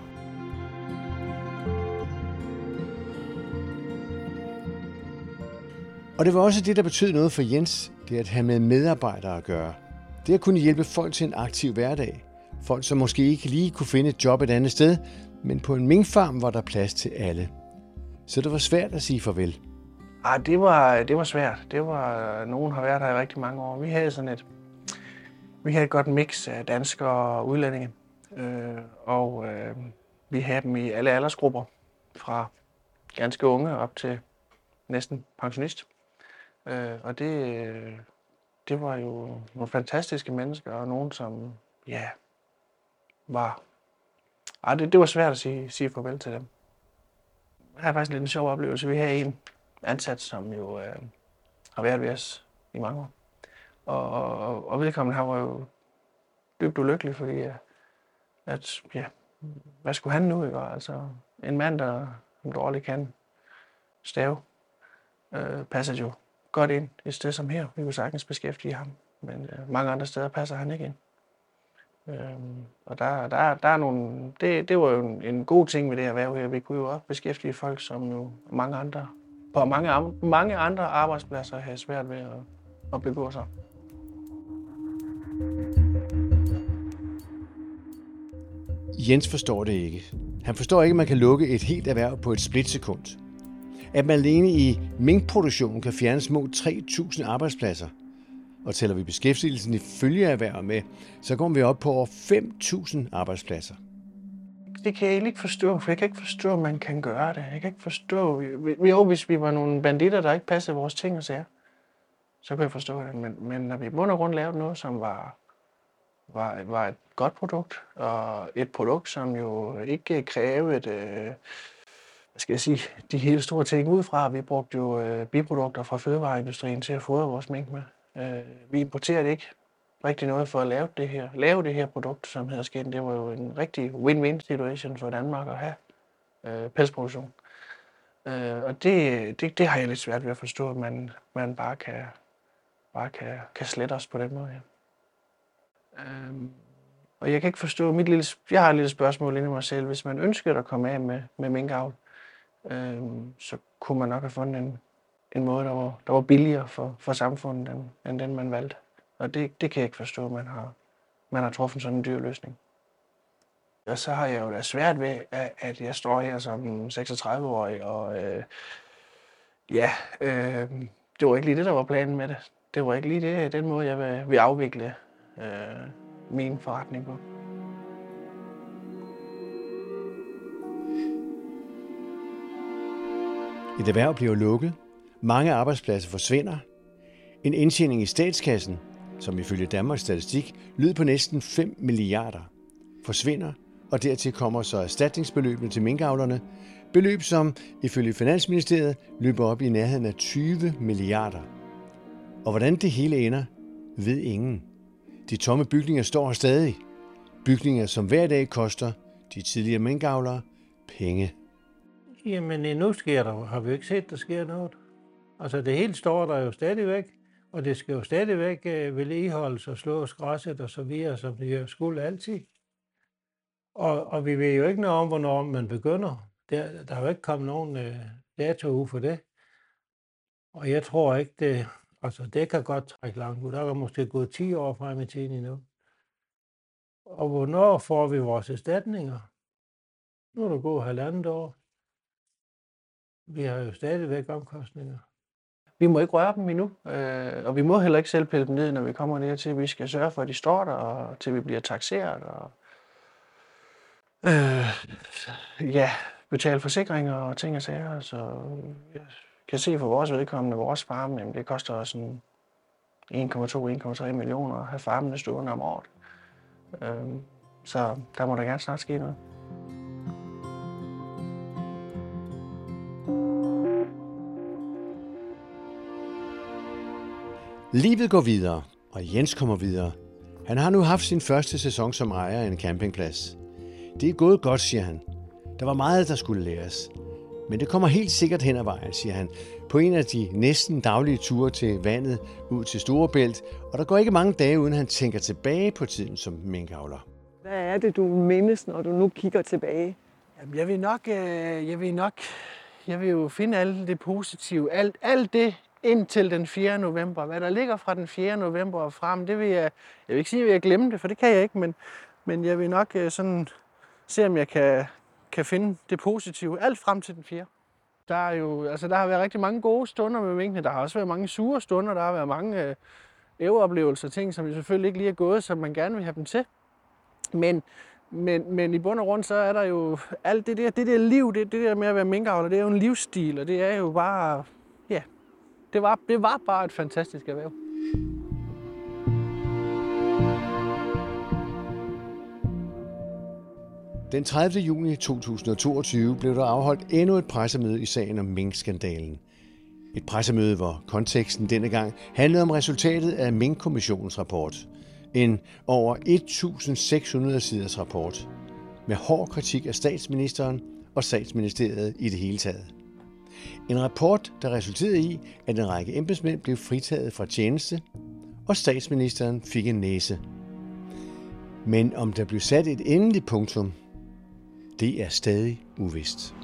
Speaker 1: Og det var også det, der betød noget for Jens, det at have med medarbejdere at gøre. Det at kunne hjælpe folk til en aktiv hverdag. Folk, som måske ikke lige kunne finde et job et andet sted, men på en minkfarm var der plads til alle. Så det var svært at sige farvel.
Speaker 3: Ah, det var, det var svært. Det var, nogen har været her i rigtig mange år. Vi havde sådan et, vi havde et godt mix af danskere og udlændinge. Øh, og øh, vi havde dem i alle aldersgrupper. Fra ganske unge op til næsten pensionist. Øh, og det, det var jo nogle fantastiske mennesker, og nogen, som ja, var... Ej, det, det var svært at sige, sige farvel til dem. Jeg har faktisk lidt en sjov oplevelse. Vi har en ansat, som jo øh, har været ved os i mange år. Og, og, og vedkommende han var jo dybt ulykkelig, fordi at, ja, hvad skulle han nu? Ikke? Altså, en mand, der dårligt kan stave, øh, passer jo godt ind et sted som her. Vi kunne sagtens beskæftige ham, men øh, mange andre steder passer han ikke ind. Øhm, og der, der, der er nogle, det, det var jo en, en god ting ved det erhverv her. Vi kunne jo også beskæftige folk, som jo mange andre, på mange, mange andre arbejdspladser har svært ved at, at begå sig.
Speaker 1: Jens forstår det ikke. Han forstår ikke, at man kan lukke et helt erhverv på et splitsekund. At man alene i minkproduktionen kan fjerne små tre tusind arbejdspladser. Og tæller vi beskæftigelsen i følgeerhverv med, så kommer vi op på over fem tusind arbejdspladser.
Speaker 3: Det kan jeg egentlig ikke forstå, for jeg kan ikke forstå, at man kan gøre det. Jeg kan ikke forstå... Jo, hvis vi var nogle banditter, der ikke passede vores ting og sager, så kunne jeg forstå det. Men, men når vi i bund og grund lavede noget, som var, var, var et godt produkt, og et produkt, som jo ikke krævede, øh, hvad skal jeg sige, de helt store ting udefra. Vi brugte jo øh, biprodukter fra fødevareindustrien til at fodre vores mink med. Øh, vi importerede ikke rigtig noget for at lave det her, lave det her produkt, som hedder Skin. Det var jo en rigtig win-win situation for Danmark at have øh, pelsproduktion. Øh, og det, det, det har jeg lidt svært ved at forstå, at man, man bare, kan, bare kan, kan slette os på den måde. Ja. Øh, og jeg kan ikke forstå, mit lille, jeg har et lille spørgsmål inde i mig selv. Hvis man ønsker at komme af med, med minkavl, øh, så kunne man nok have fundet en, en måde, der var, der var billigere for, for samfundet, end, end den man valgte. Og det, det kan jeg ikke forstå, at man har, man har truffet sådan en dyr løsning. Og så har jeg jo da svært ved, at jeg står her som seksogtredive-årig, og øh, ja, øh, det var ikke lige det, der var planen med det. Det var ikke lige det, den måde, jeg vil, vil afvikle øh, min forretning på.
Speaker 1: Et erhverv bliver lukket. Mange arbejdspladser forsvinder. En indtjening i statskassen, som ifølge Danmarks Statistik lød på næsten fem milliarder, forsvinder, og dertil kommer så erstatningsbeløbene til minkavlerne, beløb som ifølge Finansministeriet løber op i nærheden af tyve milliarder. Og hvordan det hele ender, ved ingen. De tomme bygninger står her stadig. Bygninger, som hver dag koster de tidligere minkavlere penge.
Speaker 2: Jamen endnu sker der, har vi jo ikke set, der sker noget. Altså det hele står der jo stadigvæk, og det skal jo stadigvæk øh, vedligeholdes og slås græsset og så videre, som det jo skulle altid. Og, og vi ved jo ikke noget om, hvornår man begynder. Der, der har jo ikke kommet nogen øh, dato ud for det. Og jeg tror ikke, det, altså det kan godt trække langt ud. Der er måske gået ti år frem i tiden endnu. Og hvornår får vi vores erstatninger? Nu er der gået halvandet år. Vi har jo stadigvæk omkostninger.
Speaker 3: Vi må ikke røre dem endnu, øh, og vi må heller ikke selv pille dem ned, når vi kommer ned til. Vi skal sørge for, at de står der, og til vi bliver takseret, og øh, ja, betale forsikringer og ting og sager. Så jeg kan se for vores vedkommende, vores farm, jamen, det koster os en en komma to til en komma tre millioner at have farmene stående om året. Øh, så der må der gerne snart ske noget.
Speaker 1: Livet går videre, og Jens kommer videre. Han har nu haft sin første sæson som ejer af en campingplads. Det er gået godt, siger han. Der var meget, der skulle læres. Men det kommer helt sikkert hen ad vejen, siger han, på en af de næsten daglige ture til vandet ud til Storebælt, og der går ikke mange dage, uden han tænker tilbage på tiden som minkavler.
Speaker 6: Hvad er det, du mindes, når du nu kigger tilbage?
Speaker 3: Jamen, jeg vil nok, øh, jeg vil nok, jeg vil jo finde alt det positive, alt, alt det indtil den fjerde november. Hvad der ligger fra den fjerde november og frem, det vil jeg, jeg vil ikke sige, at jeg vil glemme det, for det kan jeg ikke, men, men jeg vil nok øh, sådan se, om jeg kan, kan finde det positive, alt frem til den fjerde. Der er jo, altså der har været rigtig mange gode stunder med minkene, der har også været mange sure stunder, der har været mange øh, æveoplevelser, ting, som selvfølgelig ikke lige er gået, som man gerne vil have dem til. Men, men, men i bund og grund, så er der jo alt det der, det der liv, det, det der med at være minkavler, det er jo en livsstil, og det er jo bare, ja, det var, det var bare et fantastisk erhverv.
Speaker 1: Den tredivte juni to tusind og toogtyve blev der afholdt endnu et pressemøde i sagen om minkskandalen. Et pressemøde, hvor konteksten denne gang handlede om resultatet af Minkkommissionens rapport. En over et tusind seks hundrede siders rapport med hård kritik af statsministeren og statsministeriet i det hele taget. En rapport, der resulterede i, at en række embedsmænd blev fritaget fra tjeneste, og statsministeren fik en næse. Men om der blev sat et endeligt punktum, det er stadig uvist.